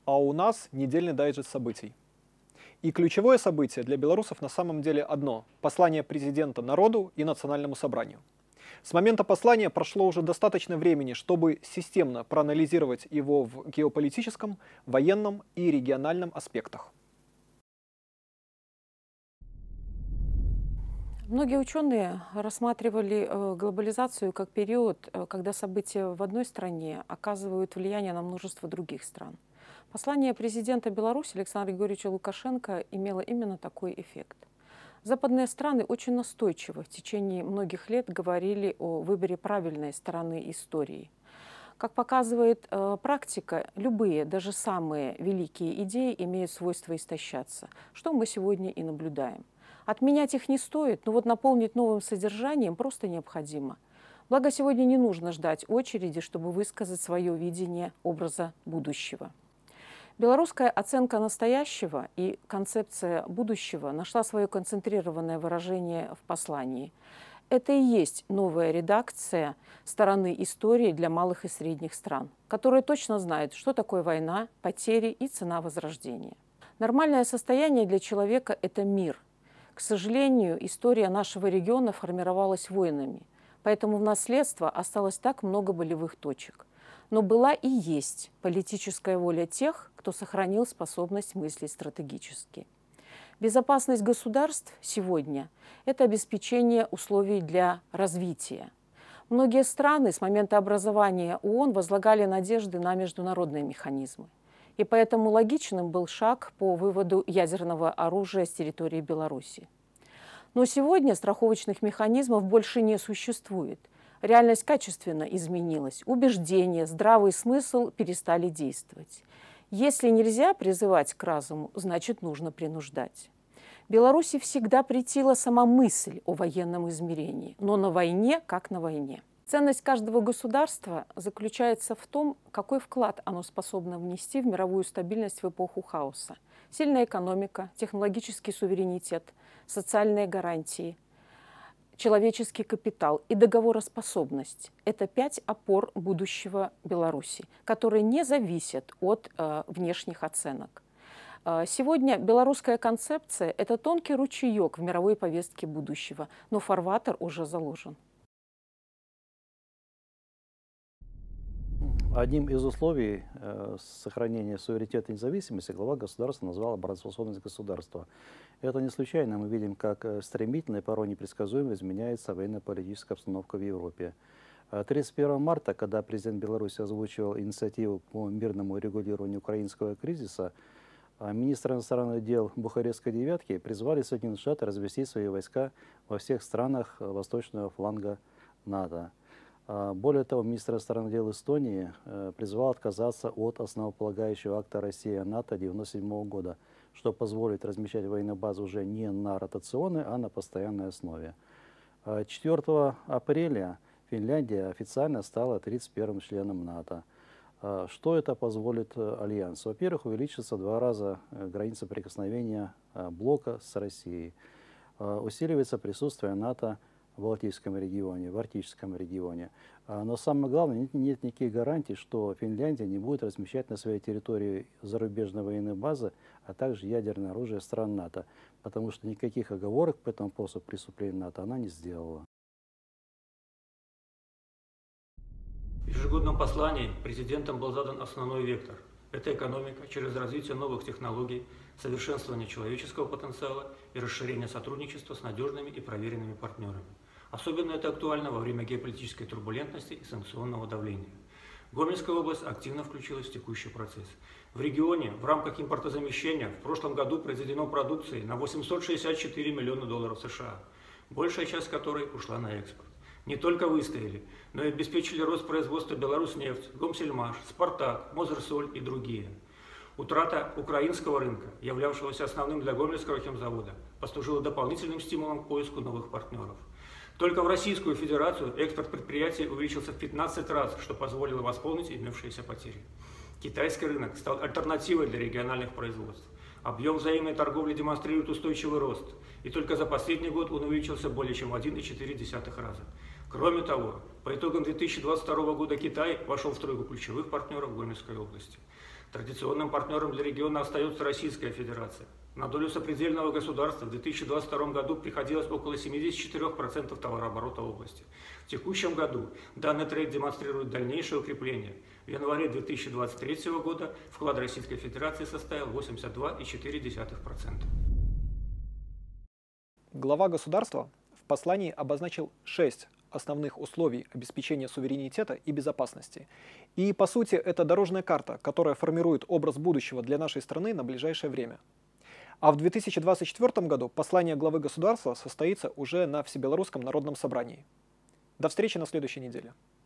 а у нас недельный дайджест событий. И ключевое событие для белорусов на самом деле одно – послание президента народу и национальному собранию. С момента послания прошло уже достаточно времени, чтобы системно проанализировать его в геополитическом, военном и региональном аспектах. Многие ученые рассматривали глобализацию как период, когда события в одной стране оказывают влияние на множество других стран. Послание президента Беларуси Александра Григорьевича Лукашенко имело именно такой эффект. Западные страны очень настойчиво в течение многих лет говорили о выборе правильной стороны истории. Как показывает практика, любые, даже самые великие идеи имеют свойство истощаться, что мы сегодня и наблюдаем. Отменять их не стоит, но вот наполнить новым содержанием просто необходимо. Благо, сегодня не нужно ждать очереди, чтобы высказать свое видение образа будущего. Белорусская оценка настоящего и концепция будущего нашла свое концентрированное выражение в послании. Это и есть новая редакция стороны истории для малых и средних стран, которые точно знают, что такое война, потери и цена возрождения. Нормальное состояние для человека – это мир. К сожалению, история нашего региона формировалась войнами, поэтому в наследство осталось так много болевых точек. Но была и есть политическая воля тех, кто сохранил способность мыслить стратегически. Безопасность государств сегодня – это обеспечение условий для развития. Многие страны с момента образования ООН возлагали надежды на международные механизмы. И поэтому логичным был шаг по выводу ядерного оружия с территории Беларуси. Но сегодня страховочных механизмов больше не существует. Реальность качественно изменилась, убеждения, здравый смысл перестали действовать. Если нельзя призывать к разуму, значит, нужно принуждать. Беларуси всегда претила сама мысль о военном измерении, но на войне как на войне. Ценность каждого государства заключается в том, какой вклад оно способно внести в мировую стабильность в эпоху хаоса. Сильная экономика, технологический суверенитет, социальные гарантии, человеческий капитал и договороспособность – это 5 опор будущего Беларуси, которые не зависят от внешних оценок. Сегодня белорусская концепция – это тонкий ручеек в мировой повестке будущего, но фарватер уже заложен. Одним из условий сохранения суверенитета и независимости глава государства назвал обороноспособность государства. Это не случайно. Мы видим, как стремительно и порой непредсказуемо изменяется военно-политическая обстановка в Европе. 31 марта, когда президент Беларуси озвучивал инициативу по мирному регулированию украинского кризиса, министры иностранных дел Бухарестской девятки призвали Соединенные Штаты разместить свои войска во всех странах восточного фланга НАТО. Более того, министр иностранных дел Эстонии призвал отказаться от основополагающего акта России о НАТО 1997 года, что позволит размещать военные базы уже не на ротационной, а на постоянной основе. 4 апреля Финляндия официально стала 31-м членом НАТО. Что это позволит Альянсу? Во-первых, увеличится в 2 раза граница соприкосновения блока с Россией. Усиливается присутствие НАТО в Балтийском регионе, в Арктическом регионе. Но самое главное, нет никаких гарантий, что Финляндия не будет размещать на своей территории зарубежные военные базы, а также ядерное оружие стран НАТО, потому что никаких оговорок по этому поводу преступления НАТО она не сделала. В ежегодном послании президентом был задан основной вектор. Это экономика через развитие новых технологий, совершенствование человеческого потенциала и расширение сотрудничества с надежными и проверенными партнерами. Особенно это актуально во время геополитической турбулентности и санкционного давления. Гомельская область активно включилась в текущий процесс. В регионе в рамках импортозамещения в прошлом году произведено продукции на 864 миллиона долларов США, большая часть которой ушла на экспорт. Не только выстояли, но и обеспечили рост производства Беларусьнефть, Гомсельмаш, Спартак, Мозырсоль и другие. Утрата украинского рынка, являвшегося основным для Гомельского химзавода, послужила дополнительным стимулом к поиску новых партнеров. Только в Российскую Федерацию экспорт предприятий увеличился в 15 раз, что позволило восполнить имевшиеся потери. Китайский рынок стал альтернативой для региональных производств. Объем взаимной торговли демонстрирует устойчивый рост, и только за последний год он увеличился более чем в 1,4 раза. Кроме того, по итогам 2022 года Китай вошел в тройку ключевых партнеров Гомельской области. Традиционным партнером для региона остается Российская Федерация. На долю сопредельного государства в 2022 году приходилось около 74% товарооборота области. В текущем году данный тренд демонстрирует дальнейшее укрепление. В январе 2023 года вклад Российской Федерации составил 82,4%. Глава государства в послании обозначил 6 основных условий обеспечения суверенитета и безопасности. И, по сути, это дорожная карта, которая формирует образ будущего для нашей страны на ближайшее время. А в 2024 году послание главы государства состоится уже на Всебелорусском народном собрании. До встречи на следующей неделе.